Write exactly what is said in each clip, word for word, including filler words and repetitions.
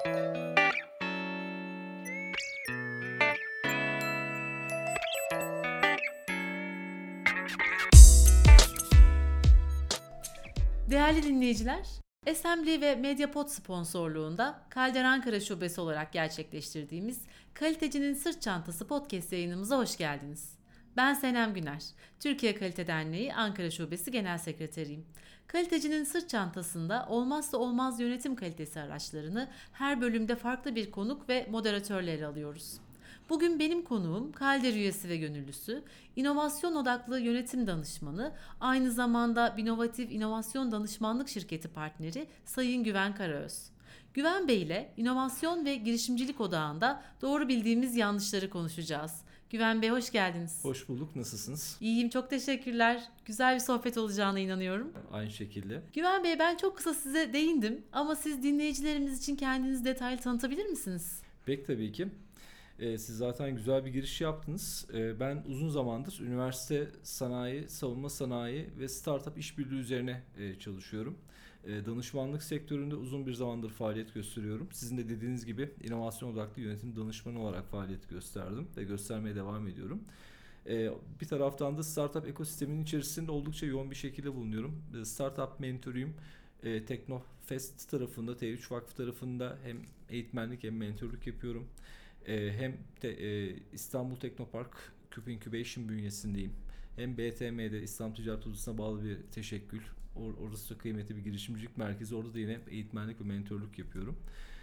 Değerli dinleyiciler, Assembly ve Mediapod sponsorluğunda Kalder Ankara Şubesi olarak gerçekleştirdiğimiz Kalitecinin Sırt Çantası podcast yayınımıza hoş geldiniz. Ben Senem Güner, Türkiye Kalite Derneği Ankara Şubesi Genel Sekreteriyim. Kalitecinin Sırt Çantası'nda olmazsa olmaz yönetim kalitesi araçlarını her bölümde farklı bir konuk ve moderatörler alıyoruz. Bugün benim konuğum Kalder üyesi ve gönüllüsü, inovasyon odaklı yönetim danışmanı, aynı zamanda Binovatif İnovasyon Danışmanlık Şirketi partneri Sayın Güven Karaöz. Güven Bey ile inovasyon ve girişimcilik odağında doğru bildiğimiz yanlışları konuşacağız. Güven Bey hoş geldiniz. Hoş bulduk. Nasılsınız? İyiyim, çok teşekkürler. Güzel bir sohbet olacağına inanıyorum. Aynı şekilde. Güven Bey, ben çok kısa size değindim ama siz dinleyicilerimiz için kendinizi detaylı tanıtabilir misiniz? Pek tabii ki. Ee, siz zaten güzel bir giriş yaptınız. Ee, ben uzun zamandır üniversite sanayi, savunma sanayi ve startup işbirliği üzerine e, çalışıyorum. E, danışmanlık sektöründe uzun bir zamandır faaliyet gösteriyorum. Sizin de dediğiniz gibi inovasyon odaklı yönetim danışmanı olarak faaliyet gösterdim ve göstermeye devam ediyorum. E, bir taraftan da startup ekosisteminin içerisinde oldukça yoğun bir şekilde bulunuyorum. E, startup mentörüyüm. E, Teknofest tarafında, T üç Vakfı tarafında hem eğitmenlik hem mentörlük yapıyorum. E, hem de e, İstanbul Teknopark Küp Incubation bünyesindeyim. Hem B T M'de İstanbul Ticaret Odası'na bağlı bir teşekkül. Or- orası da kıymetli bir girişimcilik merkezi. Orada da yine eğitmenlik ve mentörlük yapıyorum.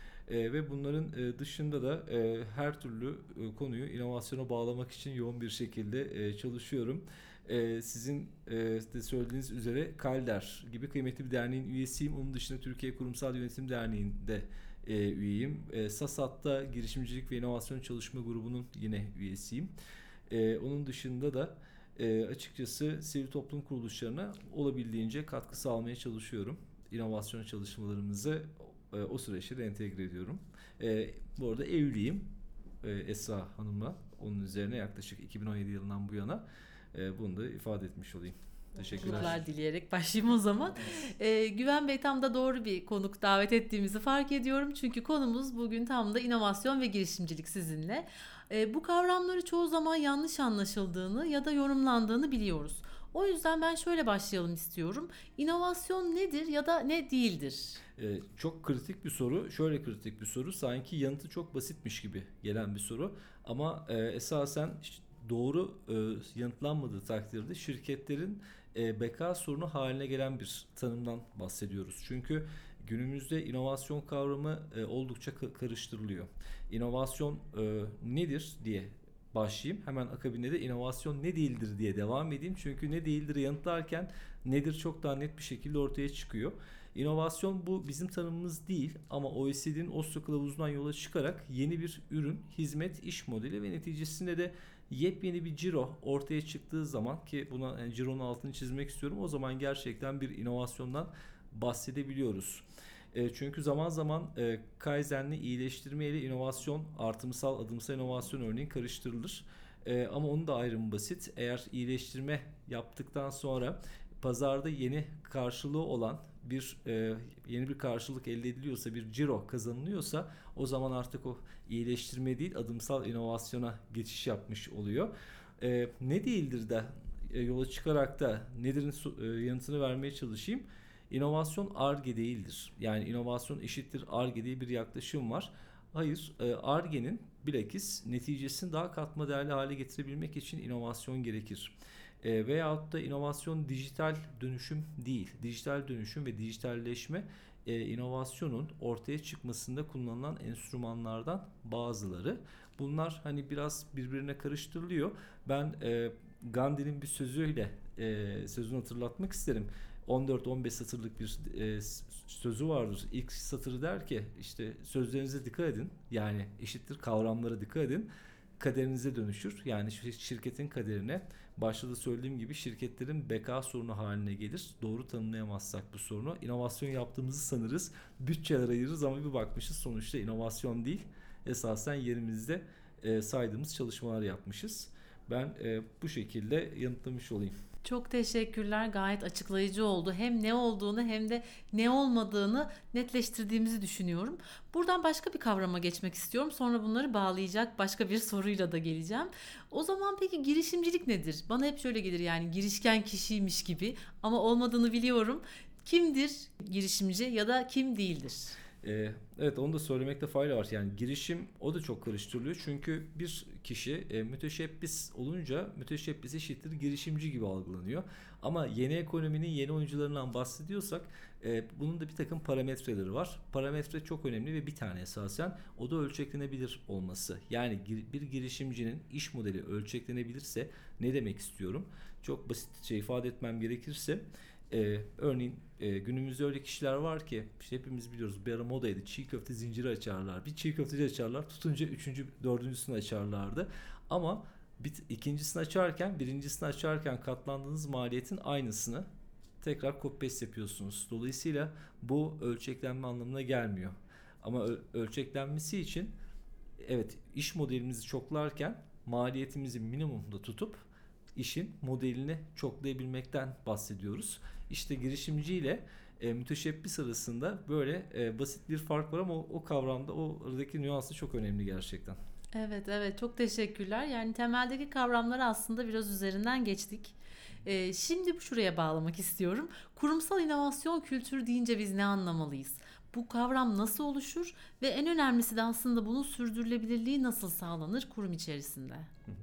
E, ve bunların e, dışında da e, her türlü e, konuyu inovasyona bağlamak için yoğun bir şekilde e, çalışıyorum. E, sizin e, de söylediğiniz üzere Kalder gibi kıymetli bir derneğin üyesiyim. Onun dışında Türkiye Kurumsal Yönetim Derneği'nde e, üyeyim. E, SASAT'ta Girişimcilik ve İnovasyon Çalışma Grubu'nun yine üyesiyim. E, onun dışında da e, açıkçası sivil toplum kuruluşlarına olabildiğince katkı sağlamaya çalışıyorum. İnovasyon çalışmalarımızı e, o süreçte de entegre ediyorum. E, bu arada evliyim e, Esra Hanım'la. Onun üzerine yaklaşık iki bin on yedi yılından bu yana e, bunu da ifade etmiş olayım. Teşekkürler. Mutluluklar dileyerek başlayayım o zaman. Ee, Güven Bey, tam da doğru bir konuk davet ettiğimizi fark ediyorum. Çünkü konumuz bugün tam da inovasyon ve girişimcilik sizinle. Ee, bu kavramları çoğu zaman yanlış anlaşıldığını ya da yorumlandığını biliyoruz. O yüzden ben şöyle başlayalım istiyorum. İnovasyon nedir ya da ne değildir? Ee, çok kritik bir soru. Şöyle kritik bir soru. Sanki yanıtı çok basitmiş gibi gelen bir soru. Ama e, esasen doğru e, yanıtlanmadığı takdirde şirketlerin e, beka sorunu haline gelen bir tanımdan bahsediyoruz. Çünkü günümüzde inovasyon kavramı e, oldukça karıştırılıyor. İnovasyon e, nedir diye başlayayım. Hemen akabinde de inovasyon ne değildir diye devam edeyim. Çünkü ne değildir yanıtlarken nedir çok daha net bir şekilde ortaya çıkıyor. İnovasyon bu bizim tanımımız değil ama O E C D'nin Oslo Kılavuzu'ndan yola çıkarak yeni bir ürün, hizmet, iş modeli ve neticesinde de yepyeni bir ciro ortaya çıktığı zaman, ki buna yani cironun altını çizmek istiyorum, o zaman gerçekten bir inovasyondan bahsedebiliyoruz. E, çünkü zaman zaman e, Kaizen'le iyileştirme ile inovasyon, artımsal, adımsal inovasyon örneğin karıştırılır. E, ama onun da ayrımı basit. Eğer iyileştirme yaptıktan sonra pazarda yeni karşılığı olan bir e, yeni bir karşılık elde ediliyorsa, bir ciro kazanılıyorsa, o zaman artık o iyileştirme değil adımsal inovasyona geçiş yapmış oluyor. E, ne değildir de e, yola çıkarak da nedir'in e, yanıtını vermeye çalışayım. İnovasyon Ar-Ge değildir. Yani inovasyon eşittir Ar-Ge diye bir yaklaşım var. Hayır, Ar-Ge'nin bilakis neticesini daha katma değerli hale getirebilmek için inovasyon gerekir. E, veyahut da inovasyon dijital dönüşüm değil. Dijital dönüşüm ve dijitalleşme e, inovasyonun ortaya çıkmasında kullanılan enstrümanlardan bazıları. Bunlar hani biraz birbirine karıştırılıyor. Ben e, Gandhi'nin bir sözüyle e, sözünü hatırlatmak isterim. on dört on beş satırlık bir e, sözü vardır. İlk satırı der ki işte sözlerinize dikkat edin. Yani eşittir kavramlara dikkat edin. Kaderinize dönüşür. Yani şirketin kaderine, başta da söylediğim gibi, şirketlerin beka sorunu haline gelir. Doğru tanımlayamazsak bu sorunu, inovasyon yaptığımızı sanırız. Bütçeler ayırırız ama bir bakmışız sonuçta inovasyon değil. Esasen yerimizde e, saydığımız çalışmalar yapmışız. Ben e, bu şekilde yanıtlamış olayım. Çok teşekkürler. Gayet açıklayıcı oldu. Hem ne olduğunu hem de ne olmadığını netleştirdiğimizi düşünüyorum. Buradan başka bir kavrama geçmek istiyorum. Sonra bunları bağlayacak başka bir soruyla da geleceğim. O zaman peki girişimcilik nedir? Bana hep şöyle gelir, yani girişken kişiymiş gibi, ama olmadığını biliyorum. Kimdir girişimci ya da kim değildir? Ee, evet, onu da söylemekte fayda var. Yani girişim o da çok karıştırılıyor. Çünkü bir kişi e, müteşebbis olunca müteşebbis eşittir girişimci gibi algılanıyor. Ama yeni ekonominin yeni oyuncularından bahsediyorsak e, bunun da bir takım parametreleri var. Parametre çok önemli ve bir tane esasen o da ölçeklenebilir olması. Yani gir- bir girişimcinin iş modeli ölçeklenebilirse ne demek istiyorum? Çok basitçe ifade etmem gerekirse ee, örneğin e, günümüzde öyle kişiler var ki işte hepimiz biliyoruz, bir ara modaydı, çiğ köfte zinciri açarlar, bir çiğ köfteci açarlar, tutunca üçüncü dördüncüsünü açarlardı ama bir, ikincisini açarken birincisini açarken katlandığınız maliyetin aynısını tekrar copy paste yapıyorsunuz. Dolayısıyla bu ölçeklenme anlamına gelmiyor ama ö- ölçeklenmesi için evet, iş modelimizi çoklarken maliyetimizi minimumda tutup işin modelini çoklayabilmekten bahsediyoruz. İşte girişimci ile e, müteşebbis arasında böyle e, basit bir fark var ama o, o kavramda o aradaki nüansı çok önemli gerçekten. Evet, evet, çok teşekkürler. Yani temeldeki kavramları aslında biraz üzerinden geçtik. Ee, şimdi şuraya bağlamak istiyorum. Kurumsal inovasyon kültürü deyince biz ne anlamalıyız? Bu kavram nasıl oluşur ve en önemlisi de aslında bunun sürdürülebilirliği nasıl sağlanır kurum içerisinde?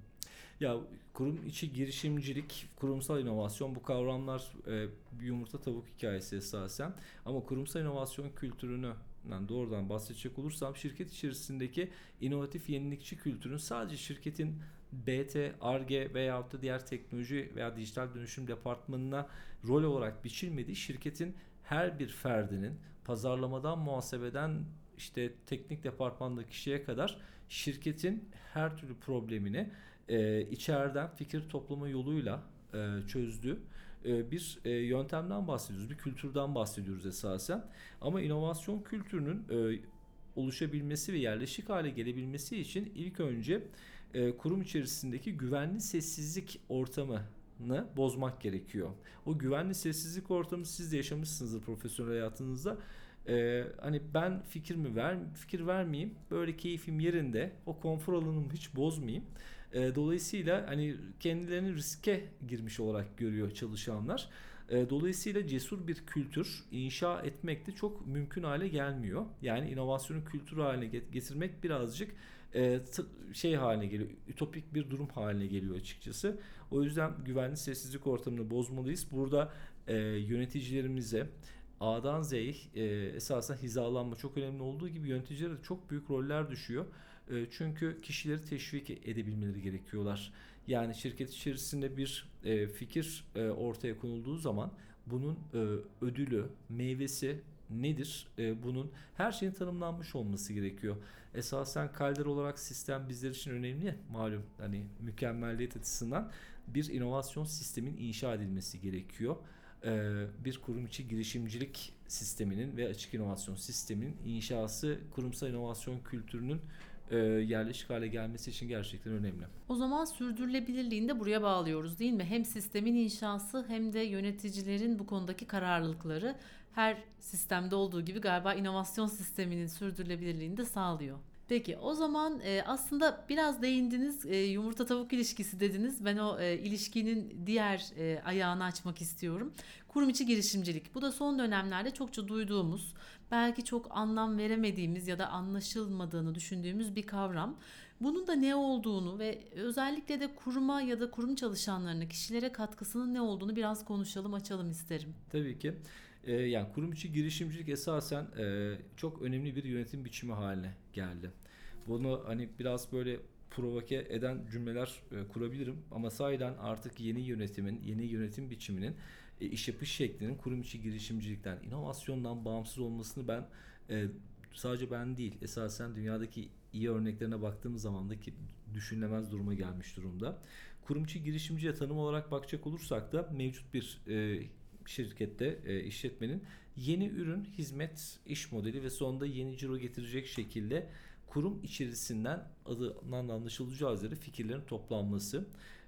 Ya, kurum içi girişimcilik, kurumsal inovasyon, bu kavramlar e, bir yumurta tavuk hikayesi esasen. Ama kurumsal inovasyon kültürünü yani doğrudan bahsedecek olursam, şirket içerisindeki inovatif yenilikçi kültürün sadece şirketin B T, Ar-Ge veyahut da diğer teknoloji veya dijital dönüşüm departmanına rol olarak biçilmediği, şirketin her bir ferdinin pazarlamadan muhasebeden işte teknik departmandaki kişiye kadar şirketin her türlü problemini e, içeriden fikir toplama yoluyla e, çözdüğü e, bir e, yöntemden bahsediyoruz. Bir kültürden bahsediyoruz esasen. Ama inovasyon kültürünün e, oluşabilmesi ve yerleşik hale gelebilmesi için ilk önce e, kurum içerisindeki güvenli sessizlik ortamını bozmak gerekiyor. O güvenli sessizlik ortamı siz de yaşamışsınızdır profesyonel hayatınızda. Ee, hani ben fikir mi ver fikir vermeyeyim, böyle keyfim yerinde, o konfor alanımı hiç bozmayayım. Ee, dolayısıyla hani kendilerini riske girmiş olarak görüyor çalışanlar. Ee, dolayısıyla cesur bir kültür inşa etmek de çok mümkün hale gelmiyor. Yani inovasyonu kültür haline getirmek birazcık e, t- şey haline geliyor, ütopik bir durum haline geliyor açıkçası. O yüzden güvenli sessizlik ortamını bozmalıyız. Burada e, yöneticilerimize A'dan Z'ye e, esasen hizalanma çok önemli olduğu gibi yöneticilere de çok büyük roller düşüyor. E, çünkü kişileri teşvik edebilmeleri gerekiyorlar. Yani şirket içerisinde bir e, fikir e, ortaya konulduğu zaman bunun e, ödülü, meyvesi nedir? E, bunun her şeyin tanımlanmış olması gerekiyor. Esasen kalder olarak sistem bizler için önemli. Malum, hani mükemmelliyet açısından bir inovasyon sistemin inşa edilmesi gerekiyor. Ee, bir kurum içi girişimcilik sisteminin ve açık inovasyon sisteminin inşası kurumsal inovasyon kültürünün e, yerleşik hale gelmesi için gerçekten önemli. O zaman sürdürülebilirliğini de buraya bağlıyoruz, değil mi? Hem sistemin inşası hem de yöneticilerin bu konudaki kararlılıkları her sistemde olduğu gibi galiba inovasyon sisteminin sürdürülebilirliğini de sağlıyor. Peki o zaman e, aslında biraz değindiniz, e, yumurta tavuk ilişkisi dediniz. Ben o e, ilişkinin diğer e, ayağını açmak istiyorum. Kurum içi girişimcilik. Bu da son dönemlerde çokça duyduğumuz, belki çok anlam veremediğimiz ya da anlaşılmadığını düşündüğümüz bir kavram. Bunun da ne olduğunu ve özellikle de kuruma ya da kurum çalışanlarına, kişilere katkısının ne olduğunu biraz konuşalım, açalım isterim. Tabii ki. Ee, yani kurum içi girişimcilik esasen e, çok önemli bir yönetim biçimi haline geldi. Bunu hani biraz böyle provoke eden cümleler e, kurabilirim ama sahiden artık yeni yönetimin, yeni yönetim biçiminin e, iş yapış şeklinin kurum içi girişimcilikten, inovasyondan bağımsız olmasını ben e, sadece ben değil, esasen dünyadaki iyi örneklerine baktığımız zaman da ki düşünülemez duruma gelmiş durumda. Kurum içi girişimciye tanım olarak bakacak olursak da mevcut bir e, şirkette e, işletmenin yeni ürün, hizmet, iş modeli ve sonunda yeni ciro getirecek şekilde kurum içerisinden adından da anlaşılacağı üzere fikirlerin toplanması.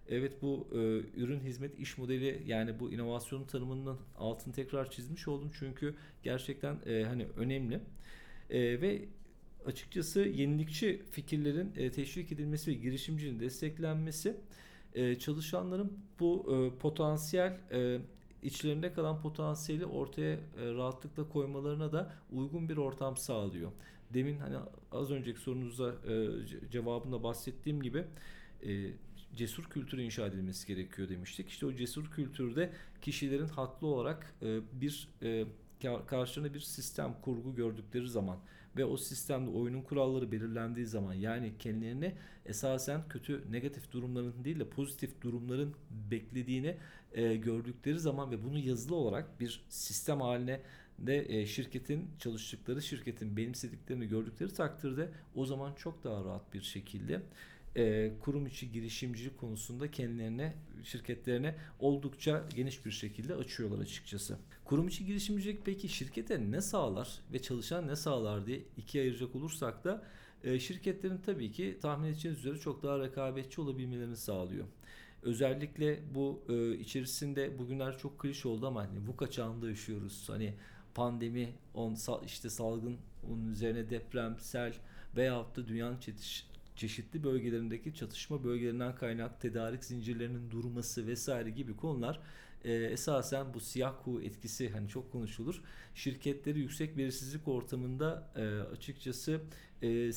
Evet, bu e, ürün hizmet iş modeli, yani bu inovasyonun tanımının altını tekrar çizmiş oldum. Çünkü gerçekten e, hani önemli. E, ve açıkçası yenilikçi fikirlerin e, teşvik edilmesi ve girişimcinin desteklenmesi e, çalışanların bu e, potansiyel e, içlerinde kalan potansiyeli ortaya e, rahatlıkla koymalarına da uygun bir ortam sağlıyor. Demin hani az önceki sorunuza e, cevabında bahsettiğim gibi e, cesur kültür inşa edilmesi gerekiyor demiştik. İşte o cesur kültürde kişilerin haklı olarak e, bir e, karşına bir sistem kurgu gördükleri zaman ve o sistemde oyunun kuralları belirlendiği zaman, yani kendilerini esasen kötü negatif durumların değil de pozitif durumların beklediğini e, gördükleri zaman ve bunu yazılı olarak bir sistem haline de e, şirketin çalıştıkları şirketin benimsediklerini gördükleri takdirde o zaman çok daha rahat bir şekilde e, kurum içi girişimcilik konusunda kendilerine, şirketlerine oldukça geniş bir şekilde açıyorlar açıkçası. Kurum içi girişimcilik peki şirkete ne sağlar ve çalışan ne sağlar diye ikiye ayıracak olursak da e, şirketlerin tabii ki tahmin edeceğiniz üzere çok daha rekabetçi olabilmelerini sağlıyor. Özellikle bu e, içerisinde bugünler çok klişe oldu ama hani VUCA çağında yaşıyoruz. Hani pandemi, on işte salgın, onun üzerine deprem, sel veyahut da dünyanın çetiş, çeşitli bölgelerindeki çatışma bölgelerinden kaynak tedarik zincirlerinin durması vesaire gibi konular e, esasen bu siyah kuğu etkisi hani çok konuşulur. Şirketleri yüksek belirsizlik ortamında e, açıkçası e,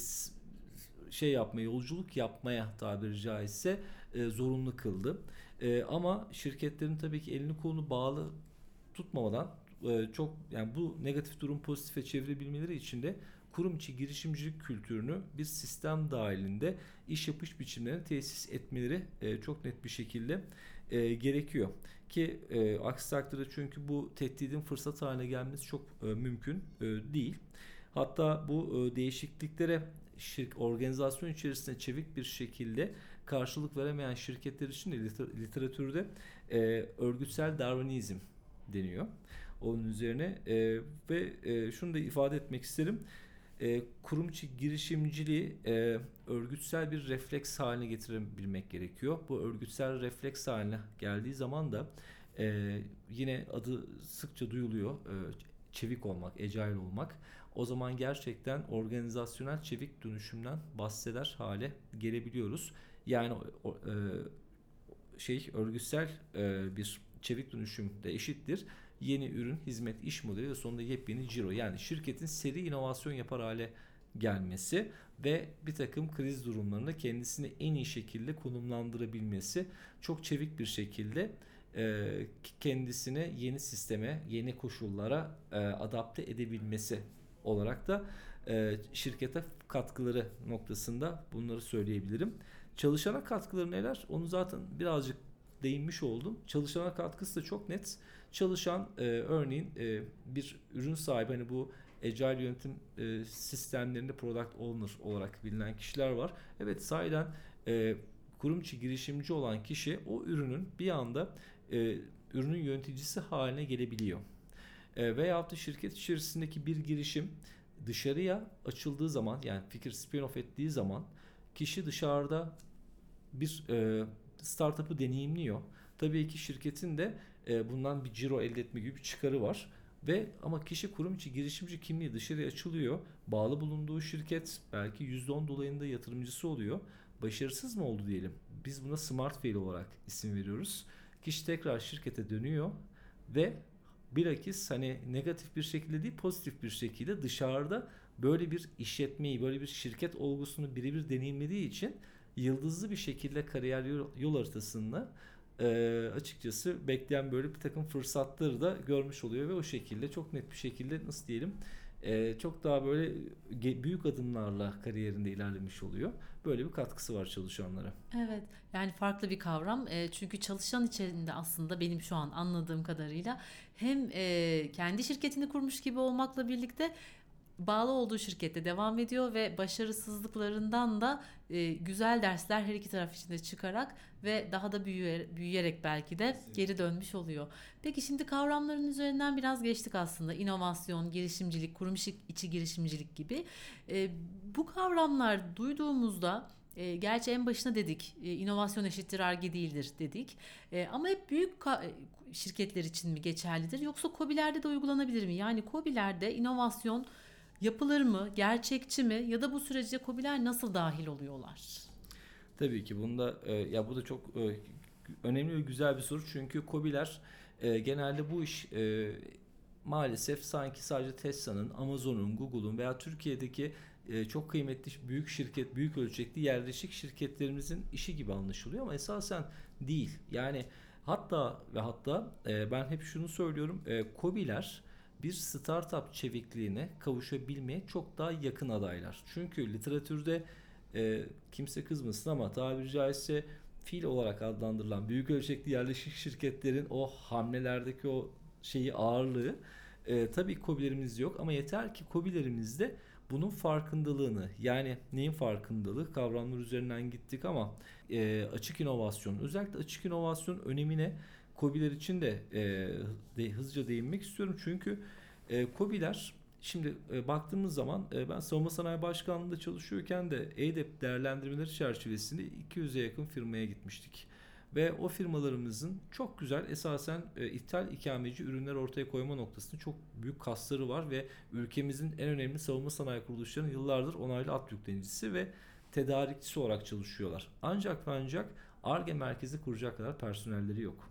şey yapmaya, yolculuk yapmaya tabiri caizse e, zorunlu kıldı. E, ama şirketlerin tabii ki elini kolunu bağlı tutmamadan e, çok, yani bu negatif durum pozitife çevirebilmeleri için de kurum içi girişimcilik kültürünü bir sistem dahilinde iş yapış biçimlerini tesis etmeleri e, çok net bir şekilde e, gerekiyor. Ki e, aksi takdirde çünkü bu tehdidin fırsat haline gelmesi çok e, mümkün e, değil. Hatta bu e, değişikliklere şirk, organizasyon içerisinde çevik bir şekilde karşılık veremeyen şirketler için de liter, literatürde e, örgütsel Darwinizm deniyor. Onun üzerine e, ve e, şunu da ifade etmek isterim. E, kurum içi girişimciliği e, örgütsel bir refleks haline getirebilmek gerekiyor. Bu örgütsel refleks haline geldiği zaman da e, yine adı sıkça duyuluyor. E, çevik olmak, agile olmak. O zaman gerçekten organizasyonel çevik dönüşümden bahseder hale gelebiliyoruz. Yani o, e, şey örgütsel e, bir çevik dönüşüm de eşittir yeni ürün, hizmet, iş modeli ve sonunda yepyeni ciro. Yani şirketin seri inovasyon yapar hale gelmesi ve bir takım kriz durumlarında kendisini en iyi şekilde konumlandırabilmesi, çok çevik bir şekilde e, kendisine yeni sisteme, yeni koşullara e, adapte edebilmesi olarak da e, şirkete katkıları noktasında bunları söyleyebilirim. Çalışana katkıları neler? Onu zaten birazcık değinmiş oldum. Çalışana katkısı da çok net. Çalışan e, örneğin e, bir ürün sahibi, hani bu Agile yönetim e, sistemlerinde Product Owner olarak bilinen kişiler var. Evet, sahiden e, kurum içi girişimci olan kişi o ürünün bir anda e, ürünün yöneticisi haline gelebiliyor. E, veyahut da şirket içerisindeki bir girişim dışarıya açıldığı zaman, yani fikir spin-off ettiği zaman kişi dışarıda bir e, startup'ı deneyimliyor. Tabii ki şirketin de e, bundan bir ciro elde etme gibi bir çıkarı var. Ve ama kişi kurum içi girişimci kimliği dışarıya açılıyor. Bağlı bulunduğu şirket belki yüzde on dolayında yatırımcısı oluyor. Başarısız mı oldu diyelim. Biz buna smart fail olarak isim veriyoruz. Kişi tekrar şirkete dönüyor ve bilakis hani negatif bir şekilde değil, pozitif bir şekilde dışarıda böyle bir işletmeyi, böyle bir şirket olgusunu birebir deneyimlediği için yıldızlı bir şekilde kariyer yol, yol haritasında e, açıkçası bekleyen böyle bir takım fırsatları da görmüş oluyor ve o şekilde çok net bir şekilde, nasıl diyelim, e, çok daha böyle büyük adımlarla kariyerinde ilerlemiş oluyor. Böyle bir katkısı var çalışanlara. Evet, yani farklı bir kavram. E, çünkü çalışan içerisinde aslında benim şu an anladığım kadarıyla hem e, kendi şirketini kurmuş gibi olmakla birlikte bağlı olduğu şirkette devam ediyor ve başarısızlıklarından da e, güzel dersler her iki taraf için de çıkarak ve daha da büyüyer, büyüyerek belki de geri dönmüş oluyor. Peki şimdi kavramların üzerinden biraz geçtik aslında. İnovasyon, girişimcilik, kurum içi, içi girişimcilik gibi. E, bu kavramlar duyduğumuzda E, gerçi en başına dedik, e, inovasyon eşittir Ar-Ge değildir dedik. E, ama hep büyük ka- e, şirketler için mi geçerlidir yoksa KOBİ'lerde de uygulanabilir mi? Yani KOBİ'lerde inovasyon yapılır mı, gerçekçi mi ya da bu sürece KOBİ'ler nasıl dahil oluyorlar? Tabii ki bunda e, ya bu da çok e, önemli ve güzel bir soru çünkü KOBİ'ler e, genelde bu iş e, maalesef sanki sadece Tesla'nın, Amazon'un, Google'un veya Türkiye'deki e, çok kıymetli büyük şirket, büyük ölçekli yerleşik şirketlerimizin işi gibi anlaşılıyor ama esasen değil. Yani hatta ve hatta e, ben hep şunu söylüyorum, e, KOBİ'ler bir startup çevikliğine kavuşabilmeye çok daha yakın adaylar. Çünkü literatürde e, kimse kızmasın ama tabiri caizse fil olarak adlandırılan büyük ölçekli yerleşik şirketlerin o hamlelerdeki o şeyi ağırlığı e, tabii KOBİ'lerimiz yok ama yeter ki KOBİ'lerimizde bunun farkındalığını yani neyin farkındalığı kavramlar üzerinden gittik ama e, açık inovasyon özellikle açık inovasyon önemine KOBİ'ler için de, e, de hızlıca değinmek istiyorum çünkü e, KOBİ'ler şimdi e, baktığımız zaman e, ben Savunma Sanayi Başkanlığı'nda çalışıyorken de E D E P değerlendirmeleri çerçevesinde iki yüze yakın firmaya gitmiştik. Ve o firmalarımızın çok güzel esasen e, ithal ikameci ürünler ortaya koyma noktasında çok büyük kasları var ve ülkemizin en önemli savunma sanayi kuruluşlarının yıllardır onaylı at yüklenicisi ve tedarikçisi olarak çalışıyorlar. Ancak ve ancak Ar-Ge merkezi kuracak kadar personelleri yok.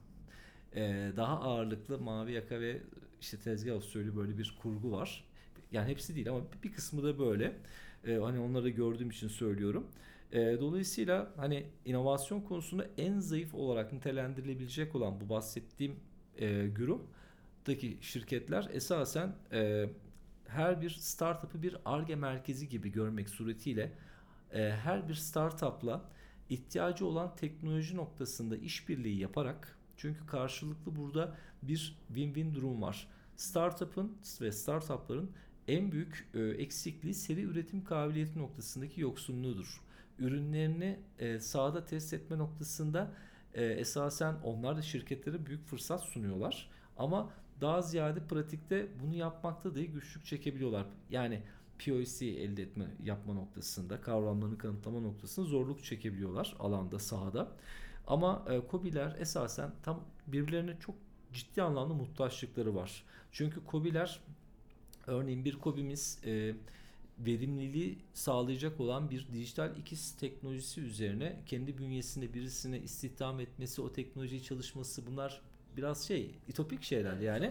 E, daha ağırlıklı mavi yaka ve işte tezgah usulü böyle bir kurgu var. Yani hepsi değil ama bir kısmı da böyle. E, hani onları gördüğüm için söylüyorum. E, dolayısıyla hani inovasyon konusunda en zayıf olarak nitelendirilebilecek olan bu bahsettiğim e, güruhtaki şirketler esasen e, her bir startup'ı bir Ar-Ge merkezi gibi görmek suretiyle e, her bir startup'la ihtiyacı olan teknoloji noktasında işbirliği yaparak çünkü karşılıklı burada bir win-win durum var. Startup'ın ve startup'ların en büyük e, eksikliği seri üretim kabiliyeti noktasındaki yoksunluğudur. Ürünlerini e, sahada test etme noktasında e, esasen onlar da şirketlere büyük fırsat sunuyorlar. Ama daha ziyade pratikte bunu yapmakta da güçlük çekebiliyorlar. Yani P O C elde etme yapma noktasında, kavramlarını kanıtlama noktasında zorluk çekebiliyorlar alanda, sahada. Ama e, KOBİ'ler esasen tam birbirlerine çok ciddi anlamda muhtaçlıkları var. Çünkü KOBİ'ler örneğin bir KOBİ'miz e, verimliliği sağlayacak olan bir dijital ikiz teknolojisi üzerine kendi bünyesinde birisine istihdam etmesi, o teknolojiyi çalışması bunlar biraz şey, ütopik şeyler yani.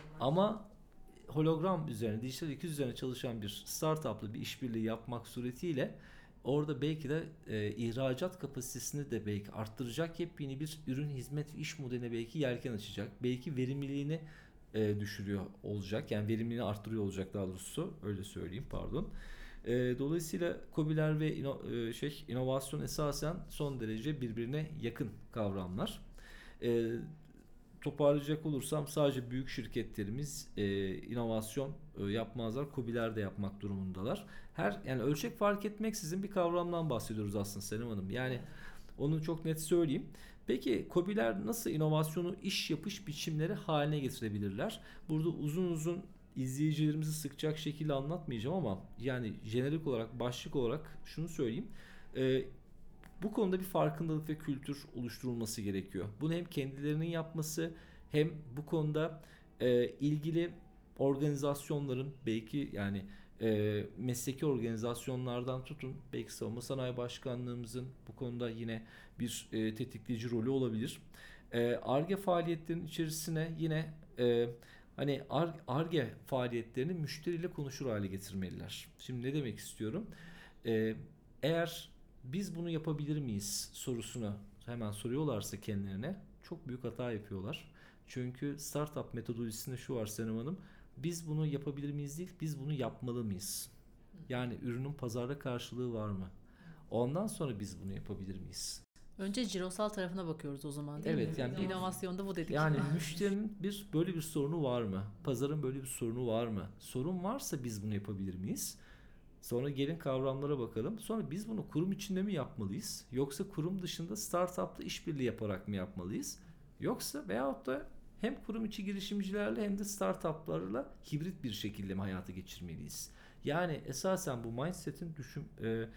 Ama hologram üzerine, dijital ikiz üzerine çalışan bir startup'la bir işbirliği yapmak suretiyle orada belki de e, ihracat kapasitesini de belki arttıracak yepyeni bir ürün, hizmet ve iş modeline belki yelken açacak. Belki verimliliğini e, düşürüyor olacak. Yani verimliliğini arttırıyor olacak daha doğrusu. Öyle söyleyeyim pardon. E, dolayısıyla KOBİ'ler ve ino, e, şey inovasyon esasen son derece birbirine yakın kavramlar. E, Toparlayacak olursam sadece büyük şirketlerimiz e, inovasyon e, yapmazlar. KOBİ'ler de yapmak durumundalar. Her yani ölçek fark etmeksizin bir kavramdan bahsediyoruz aslında Senem Hanım. Yani onu çok net söyleyeyim. Peki KOBİ'ler nasıl inovasyonu iş yapış biçimleri haline getirebilirler? Burada uzun uzun izleyicilerimizi sıkacak şekilde anlatmayacağım ama yani jenerik olarak, başlık olarak şunu söyleyeyim. E, Bu konuda bir farkındalık ve kültür oluşturulması gerekiyor. Bunu hem kendilerinin yapması hem bu konuda e, ilgili organizasyonların belki yani e, mesleki organizasyonlardan tutun belki Savunma Sanayi Başkanlığımızın bu konuda yine bir e, tetikleyici rolü olabilir. E, Ar-Ge faaliyetlerinin içerisine yine e, hani Ar-Ge faaliyetlerini müşteriyle konuşur hale getirmeliler. Şimdi ne demek istiyorum? E, eğer biz bunu yapabilir miyiz sorusunu hemen soruyorlarsa kendilerine çok büyük hata yapıyorlar. Çünkü startup metodolojisinde şu var Senem Hanım. Biz bunu yapabilir miyiz değil, biz bunu yapmalı mıyız? Yani ürünün pazarda karşılığı var mı? Ondan sonra biz bunu yapabilir miyiz? Önce cirosal tarafına bakıyoruz o zaman değil Evet mi? yani bir, İnovasyonda bu dedik. yani müşterinin bir böyle bir sorunu var mı? Pazarın böyle bir sorunu var mı? Sorun varsa biz bunu yapabilir miyiz? Sonra gelin kavramlara bakalım. Sonra biz bunu kurum içinde mi yapmalıyız? Yoksa kurum dışında startup'la işbirliği yaparak mı yapmalıyız? Yoksa veyahut da hem kurum içi girişimcilerle hem de startup'larla hibrit bir şekilde mi hayata geçirmeliyiz? Yani esasen bu mindset'in düşün, e,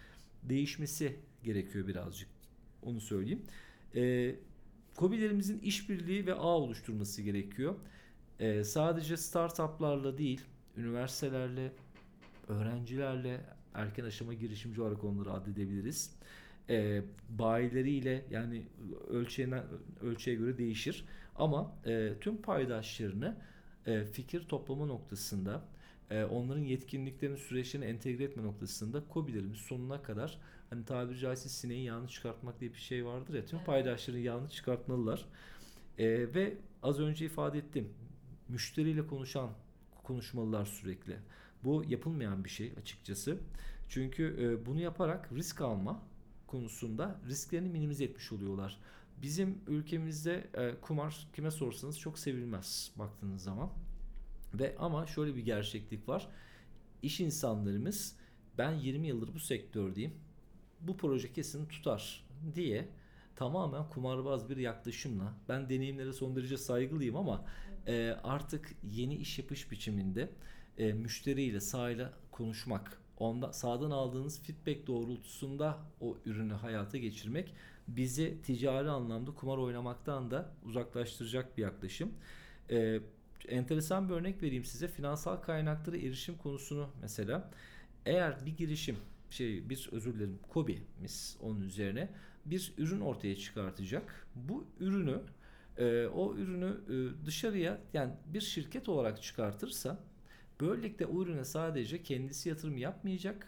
değişmesi gerekiyor birazcık. Onu söyleyeyim. E, KOBİ'lerimizin işbirliği ve ağ oluşturması gerekiyor. E, sadece startuplarla değil, üniversitelerle, öğrencilerle, erken aşama girişimci olarak onları addedebiliriz. E, bayileriyle, yani ölçeğine, ölçeğe göre değişir. Ama e, tüm paydaşlarını e, fikir toplama noktasında, e, onların yetkinliklerini süreçlerine entegre etme noktasında KOBİ'lerimiz sonuna kadar, hani tabiri caizse sineği yağını çıkartmak diye bir şey vardır ya, tüm Evet. paydaşların yağını çıkartmalılar. E, ve az önce ifade ettim, müşteriyle konuşan konuşmalılar sürekli. Bu yapılmayan bir şey açıkçası. Çünkü e, bunu yaparak risk alma konusunda risklerini minimize etmiş oluyorlar. Bizim ülkemizde e, kumar kime sorsanız çok sevilmez baktığınız zaman. Ve ama şöyle bir gerçeklik var. İş insanlarımız, ben yirmi yıldır bu sektördeyim, bu proje kesin tutar diye tamamen kumarbaz bir yaklaşımla, ben deneyimlere son derece saygılıyım ama e, artık yeni iş yapış biçiminde e, müşteriyle sahayla konuşmak, onda sahadan aldığınız feedback doğrultusunda o ürünü hayata geçirmek bizi ticari anlamda kumar oynamaktan da uzaklaştıracak bir yaklaşım. E, enteresan bir örnek vereyim size. Finansal kaynaklara erişim konusunu mesela, eğer bir girişim şey bir özür dilerim KOBİ'miz onun üzerine bir ürün ortaya çıkartacak. Bu ürünü e, o ürünü e, dışarıya, yani bir şirket olarak çıkartırsa, böylelikle o ürüne sadece kendisi yatırım yapmayacak.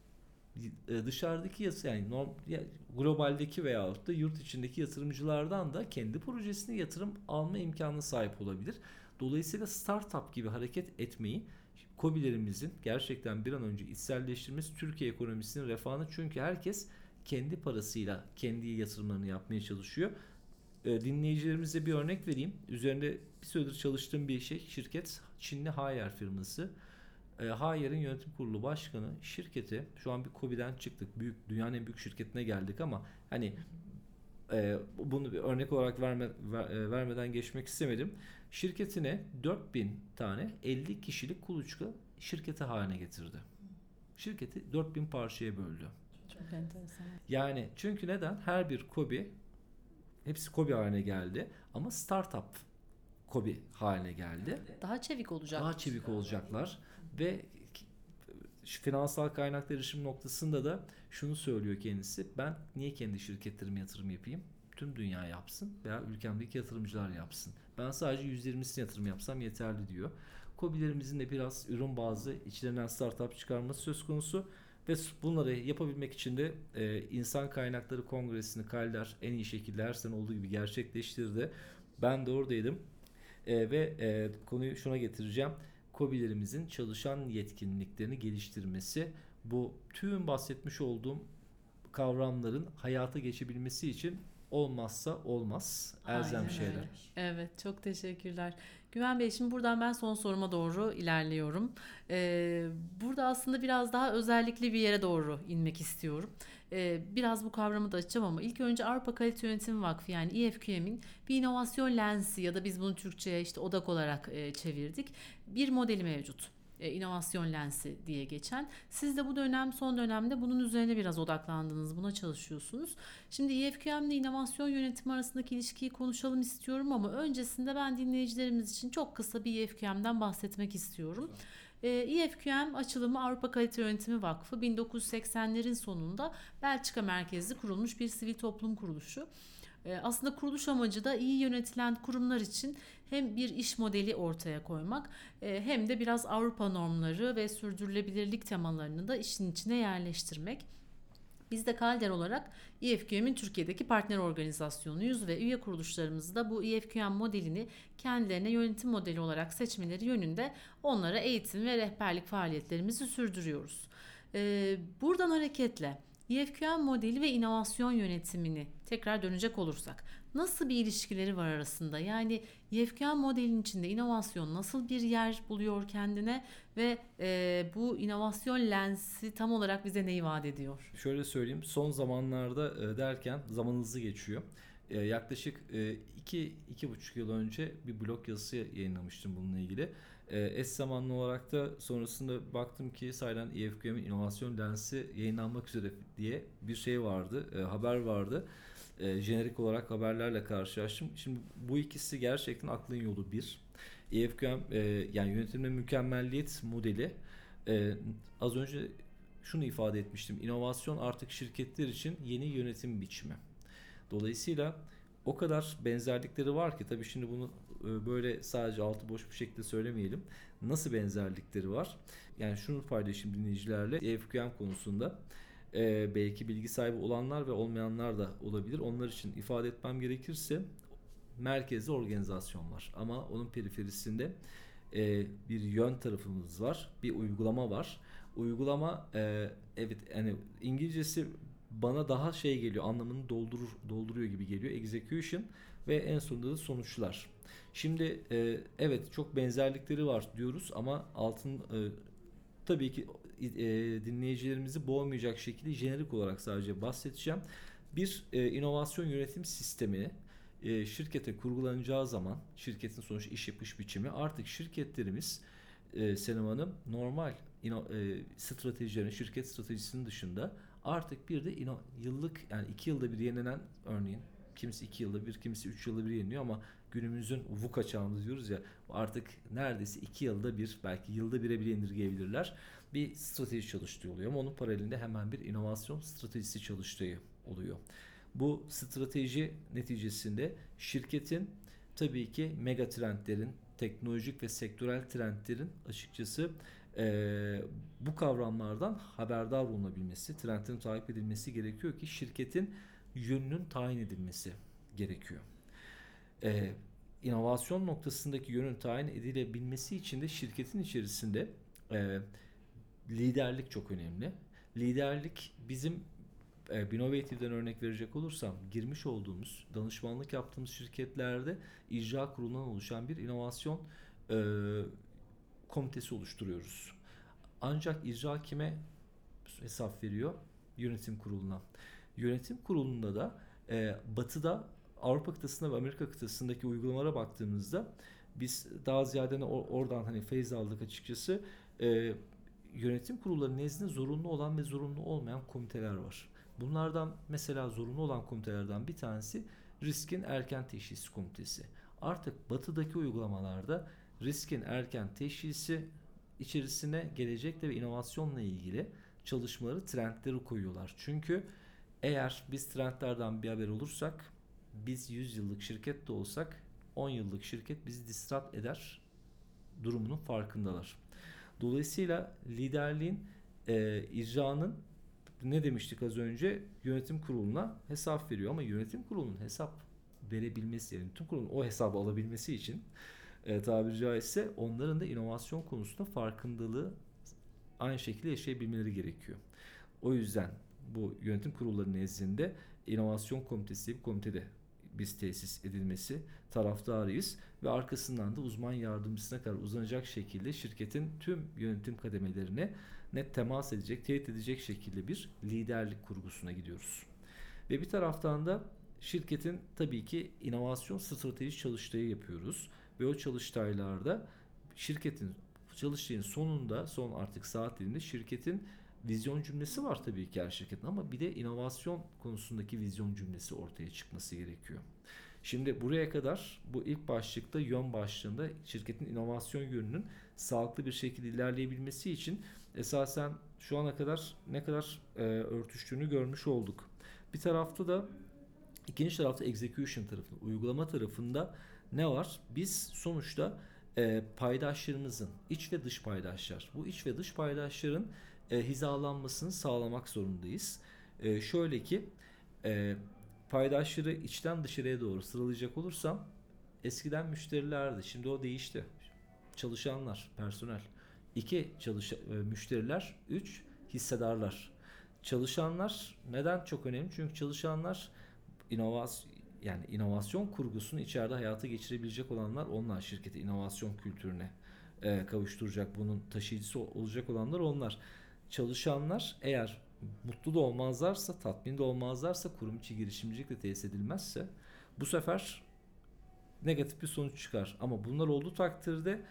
E, dışarıdaki yatırım, yani norm, ya, globaldeki veyahut da yurt içindeki yatırımcılardan da kendi projesine yatırım alma imkanına sahip olabilir. Dolayısıyla startup gibi hareket etmeyi KOBİ'lerimizin gerçekten bir an önce içselleştirmesi Türkiye ekonomisinin refahını, çünkü herkes kendi parasıyla kendi yatırımlarını yapmaya çalışıyor. E, dinleyicilerimize bir örnek vereyim. Üzerinde bir süredir çalıştığım bir şey, şirket Çinli Haier firması. E, Haier'in yönetim kurulu başkanı şirketi, şu an bir KOBİ'den çıktık. Büyük, dünyanın en büyük şirketine geldik ama hani e, bunu bir örnek olarak verme, ver, e, vermeden geçmek istemedim. Şirketine dört bin tane elli kişilik kuluçka şirketi haline getirdi. Şirketi dört bin parçaya böldü. Çok enteresan. Yani çünkü neden? Her bir KOBİ, hepsi KOBİ haline geldi ama startup KOBİ haline geldi. Daha çevik olacak. Daha çevik olacaklar ve finansal kaynaklar erişim noktasında da şunu söylüyor kendisi: ben niye kendi şirketlerime yatırım yapayım? Tüm dünya yapsın veya ülkemdeki yatırımcılar yapsın. Ben sadece yüzde yirmisini yatırım yapsam yeterli diyor. KOBİ'lerimizin de biraz ürün bazlı içlerinden startup çıkarması söz konusu ve bunları yapabilmek için de e, İnsan Kaynakları Kongresi'ni Kalder en iyi şekilde her sene olduğu gibi gerçekleştirdi. Ben de oradaydım. E, ve e, konuyu şuna getireceğim. KOBİ'lerimizin çalışan yetkinliklerini geliştirmesi, bu tüm bahsetmiş olduğum kavramların hayata geçebilmesi için olmazsa olmaz elzem Aynen şeyler. öyle. Evet, çok teşekkürler. Güven Bey, şimdi buradan ben son soruma doğru ilerliyorum. Ee, burada aslında biraz daha özellikli bir yere doğru inmek istiyorum. Ee, biraz bu kavramı da açacağım ama ilk önce Avrupa Kalite Yönetimi Vakfı, yani E F Q M'in bir inovasyon lensi ya da biz bunu Türkçe'ye işte odak olarak e, çevirdik. Bir modeli mevcut. E, inovasyon lensi diye geçen. Siz de bu dönem, son dönemde bunun üzerine biraz odaklandınız, buna çalışıyorsunuz. Şimdi E F Q M ile inovasyon yönetimi arasındaki ilişkiyi konuşalım istiyorum ama öncesinde ben dinleyicilerimiz için çok kısa bir E F Q M'den bahsetmek istiyorum. E F Q M açılımı Avrupa Kalite Yönetimi Vakfı, bin dokuz yüz seksenlerin sonunda Belçika merkezli kurulmuş bir sivil toplum kuruluşu. Aslında kuruluş amacı da iyi yönetilen kurumlar için hem bir iş modeli ortaya koymak hem de biraz Avrupa normları ve sürdürülebilirlik temalarını da işin içine yerleştirmek. Biz de Kalder olarak E F Q M'in Türkiye'deki partner organizasyonuyuz ve üye kuruluşlarımız da bu E F Q M modelini kendilerine yönetim modeli olarak seçmeleri yönünde onlara eğitim ve rehberlik faaliyetlerimizi sürdürüyoruz. Buradan hareketle E F Q M modeli ve inovasyon yönetimini tekrar dönecek olursak nasıl bir ilişkileri var arasında? Yani E F Q M modelinin içinde inovasyon nasıl bir yer buluyor kendine ve e, bu inovasyon lensi tam olarak bize neyi vaat ediyor? Şöyle söyleyeyim, son zamanlarda e, derken zaman hızlı geçiyor. E, yaklaşık e, iki iki buçuk yıl önce bir blog yazısı yayınlamıştım bununla ilgili. E, eş zamanlı olarak da sonrasında baktım ki sayılan E F Q M'in inovasyon lensi yayınlanmak üzere diye bir şey vardı, e, haber vardı. E, jenerik olarak haberlerle karşılaştım. Şimdi bu ikisi gerçekten aklın yolu bir. E F Q M e, yani yönetimde mükemmelliyet modeli. E, az önce şunu ifade etmiştim. İnovasyon artık şirketler için yeni yönetim biçimi. Dolayısıyla o kadar benzerlikleri var ki tabii şimdi bunu e, böyle sadece altı boş bir şekilde söylemeyelim. Nasıl benzerlikleri var? Yani şunu paylaşayım dinleyicilerle. E F Q M konusunda e, belki bilgi sahibi olanlar ve olmayanlar da olabilir. Onlar için ifade etmem gerekirse merkezde organizasyon var. Ama onun periferisinde e, bir yön tarafımız var. Bir uygulama var. Uygulama e, evet yani İngilizcesi bana daha şey geliyor, anlamını doldurur dolduruyor gibi geliyor. Execution ve en sonunda da sonuçlar. Şimdi e, evet çok benzerlikleri var diyoruz ama altın e, tabii ki e, dinleyicilerimizi boğmayacak şekilde jenerik olarak sadece bahsedeceğim. Bir e, inovasyon yönetim sistemi e, şirkete kurgulanacağı zaman şirketin sonuç iş yapış biçimi artık şirketlerimiz e, Senem Hanım normal ino, e, stratejilerin şirket stratejisinin dışında artık bir de ino, yıllık yani iki yılda bir yenilenen örneğin kimisi iki yılda bir kimisi üç yılda bir yeniliyor ama günümüzün VUCA çağında diyoruz ya artık neredeyse iki yılda bir belki yılda bire bile indirgeyebilirler bir strateji çalıştığı oluyor ama onun paralelinde hemen bir inovasyon stratejisi çalıştığı oluyor. Bu strateji neticesinde şirketin tabii ki mega trendlerin, teknolojik ve sektörel trendlerin açıkçası e, bu kavramlardan haberdar olunabilmesi, trendlerin takip edilmesi gerekiyor ki şirketin yönünün tayin edilmesi gerekiyor. E, inovasyon noktasındaki yönün tayin edilebilmesi için de şirketin içerisinde e, liderlik çok önemli. Liderlik bizim e, Binovatif'den örnek verecek olursam girmiş olduğumuz, danışmanlık yaptığımız şirketlerde icra kurulundan oluşan bir inovasyon e, komitesi oluşturuyoruz. Ancak icra kime hesap veriyor? Yönetim kuruluna. Yönetim kurulunda da e, batıda Avrupa kıtasında ve Amerika kıtasındaki uygulamalara baktığımızda biz daha ziyade or- oradan hani feyz aldık açıkçası. E, yönetim kurulları nezdinde zorunlu olan ve zorunlu olmayan komiteler var. Bunlardan mesela zorunlu olan komitelerden bir tanesi riskin erken teşhisi komitesi. Artık batıdaki uygulamalarda riskin erken teşhisi içerisine gelecekle ve inovasyonla ilgili çalışmaları, trendleri koyuyorlar. Çünkü eğer biz trendlerden bir haber olursak, biz yüz yıllık şirket de olsak on yıllık şirket bizi disrupt eder durumunun farkındalar. Dolayısıyla liderliğin, e, icranın ne demiştik az önce yönetim kuruluna hesap veriyor ama yönetim kurulunun hesap verebilmesi, yani yönetim kurulunun o hesabı alabilmesi için e, tabiri caizse onların da inovasyon konusunda farkındalığı aynı şekilde yaşayabilmeleri gerekiyor. O yüzden bu yönetim kurulları nezdinde inovasyon komitesi bir komitede biz tesis edilmesi taraftarıyız ve arkasından da uzman yardımcısına kadar uzanacak şekilde şirketin tüm yönetim kademelerine net temas edecek, teyit edecek şekilde bir liderlik kurgusuna gidiyoruz. Ve bir taraftan da şirketin tabii ki inovasyon strateji çalıştayı yapıyoruz ve o çalıştaylarda şirketin çalıştayın sonunda son artık saat dilinde şirketin vizyon cümlesi var tabii ki her şirketin ama bir de inovasyon konusundaki vizyon cümlesi ortaya çıkması gerekiyor. Şimdi buraya kadar bu ilk başlıkta yön başlığında şirketin inovasyon yönünün sağlıklı bir şekilde ilerleyebilmesi için esasen şu ana kadar ne kadar e, örtüştüğünü görmüş olduk. Bir tarafta da ikinci tarafta execution tarafında, uygulama tarafında ne var? Biz sonuçta e, paydaşlarımızın iç ve dış paydaşlar. Bu iç ve dış paydaşların e, hizalanmasını sağlamak zorundayız. E, şöyle ki e, paydaşları içten dışarıya doğru sıralayacak olursam eskiden müşterilerdi. Şimdi o değişti. Çalışanlar, personel. İki çalış e, müşteriler, üç hissedarlar. Çalışanlar neden çok önemli? Çünkü çalışanlar inovasyon yani inovasyon kurgusunu içeride hayata geçirebilecek olanlar onlar şirketi inovasyon kültürüne e, kavuşturacak bunun taşıyıcısı olacak olanlar onlar. Çalışanlar eğer mutlu da olmazlarsa, tatmin de olmazlarsa, kurum içi girişimcilik de tesis edilmezse bu sefer negatif bir sonuç çıkar. Ama bunlar olduğu takdirde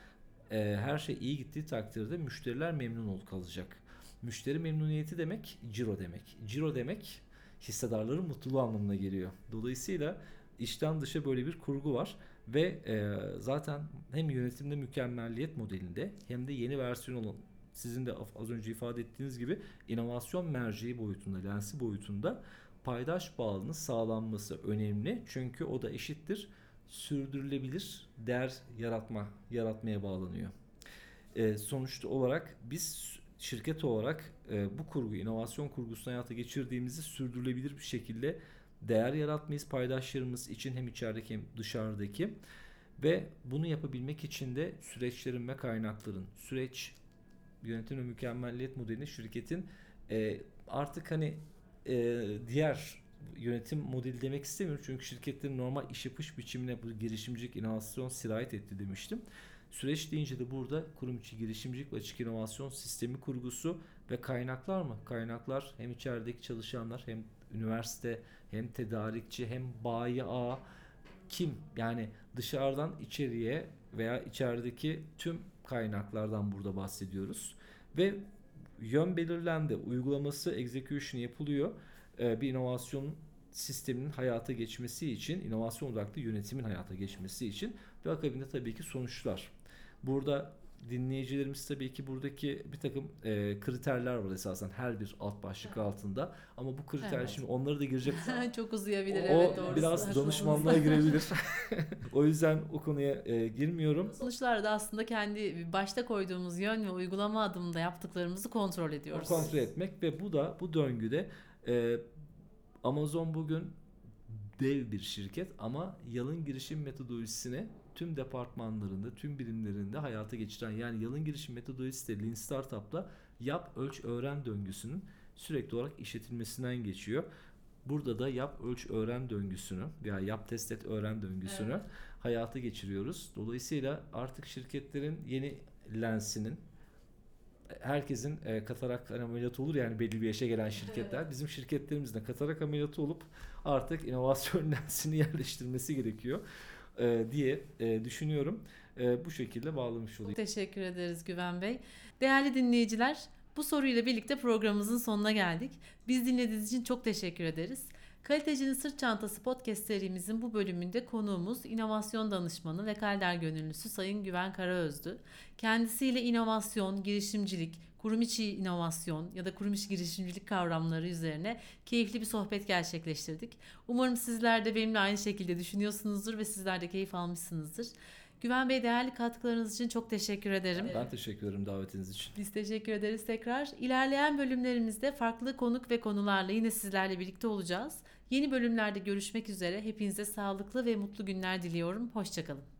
e, her şey iyi gittiği takdirde müşteriler memnun ol kalacak. Müşteri memnuniyeti demek ciro demek. Ciro demek hissedarların mutluluğu anlamına geliyor. Dolayısıyla içten dışa böyle bir kurgu var ve e, zaten hem yönetimde mükemmelliyet modelinde hem de yeni versiyon olan sizin de az önce ifade ettiğiniz gibi inovasyon merceği boyutunda, lensi boyutunda paydaş bağlılığının sağlanması önemli. Çünkü o da eşittir sürdürülebilir değer yaratma yaratmaya bağlanıyor. E, sonuçta olarak biz şirket olarak e, bu kurgu, inovasyon kurgusunu hayata geçirdiğimizi sürdürülebilir bir şekilde değer yaratmayız paydaşlarımız için hem içerideki hem dışarıdaki ve bunu yapabilmek için de süreçlerin ve kaynakların süreç yönetim ve mükemmelliyet modelini şirketin e, artık hani e, diğer yönetim modeli demek istemiyorum çünkü şirketlerin normal iş yapış biçimine bu girişimcilik, inovasyon sirayet etti demiştim. Süreç deyince de burada kurum içi girişimcilik ve açık inovasyon sistemi kurgusu ve kaynaklar mı? Kaynaklar hem içerideki çalışanlar hem üniversite hem tedarikçi hem bayi ağ kim? Yani dışarıdan içeriye veya içerideki tüm kaynaklardan burada bahsediyoruz. Ve yön belirlendi. Uygulaması, execution yapılıyor. Ee, bir inovasyon sisteminin hayata geçmesi için, inovasyon odaklı yönetimin hayata geçmesi için ve akabinde tabii ki sonuçlar. Burada dinleyicilerimiz tabii ki buradaki bir takım e, kriterler var esasen her bir alt başlık altında ama bu kriter Evet. şimdi onları da girecek. Çok uzayabilir, O evet, doğrusu. biraz danışmanlığa girebilir. O yüzden o konuya e, girmiyorum. Sonuçlarda aslında kendi başta koyduğumuz yön ve uygulama adımında yaptıklarımızı kontrol ediyoruz. Kontrol etmek ve bu da bu döngüde e, Amazon bugün dev bir şirket ama yalın girişim metodolojisini tüm departmanlarında, tüm birimlerinde hayata geçiren yani yalın girişim metodolojisi de Lean Startup'la yap, ölç, öğren döngüsünün sürekli olarak işletilmesinden geçiyor. Burada da yap, ölç, öğren döngüsünü veya yap, test et, öğren döngüsünü evet. hayata geçiriyoruz. Dolayısıyla artık şirketlerin yeni lensinin herkesin e, katarak ameliyatı olur yani belli bir yaşa gelen şirketler. Evet. Bizim şirketlerimizde katarak ameliyatı olup artık inovasyon lensini yerleştirmesi gerekiyor e, diye e, düşünüyorum. E, bu şekilde bağlamış olayım. Teşekkür ederiz Güven Bey. Değerli dinleyiciler, bu soruyla birlikte programımızın sonuna geldik. Biz dinlediğiniz için çok teşekkür ederiz. Kalitecinin Sırt Çantası podcast serimizin bu bölümünde konuğumuz inovasyon danışmanı ve Kalder gönüllüsü Sayın Güven Karaöz'dü. Kendisiyle inovasyon, girişimcilik, kurum içi inovasyon ya da kurum içi girişimcilik kavramları üzerine keyifli bir sohbet gerçekleştirdik. Umarım sizler de benimle aynı şekilde düşünüyorsunuzdur ve sizler de keyif almışsınızdır. Güven Bey, değerli katkılarınız için çok teşekkür ederim. Ben teşekkür ederim davetiniz için. Biz teşekkür ederiz tekrar. İlerleyen bölümlerimizde farklı konuk ve konularla yine sizlerle birlikte olacağız. Yeni bölümlerde görüşmek üzere. Hepinize sağlıklı ve mutlu günler diliyorum. Hoşça kalın.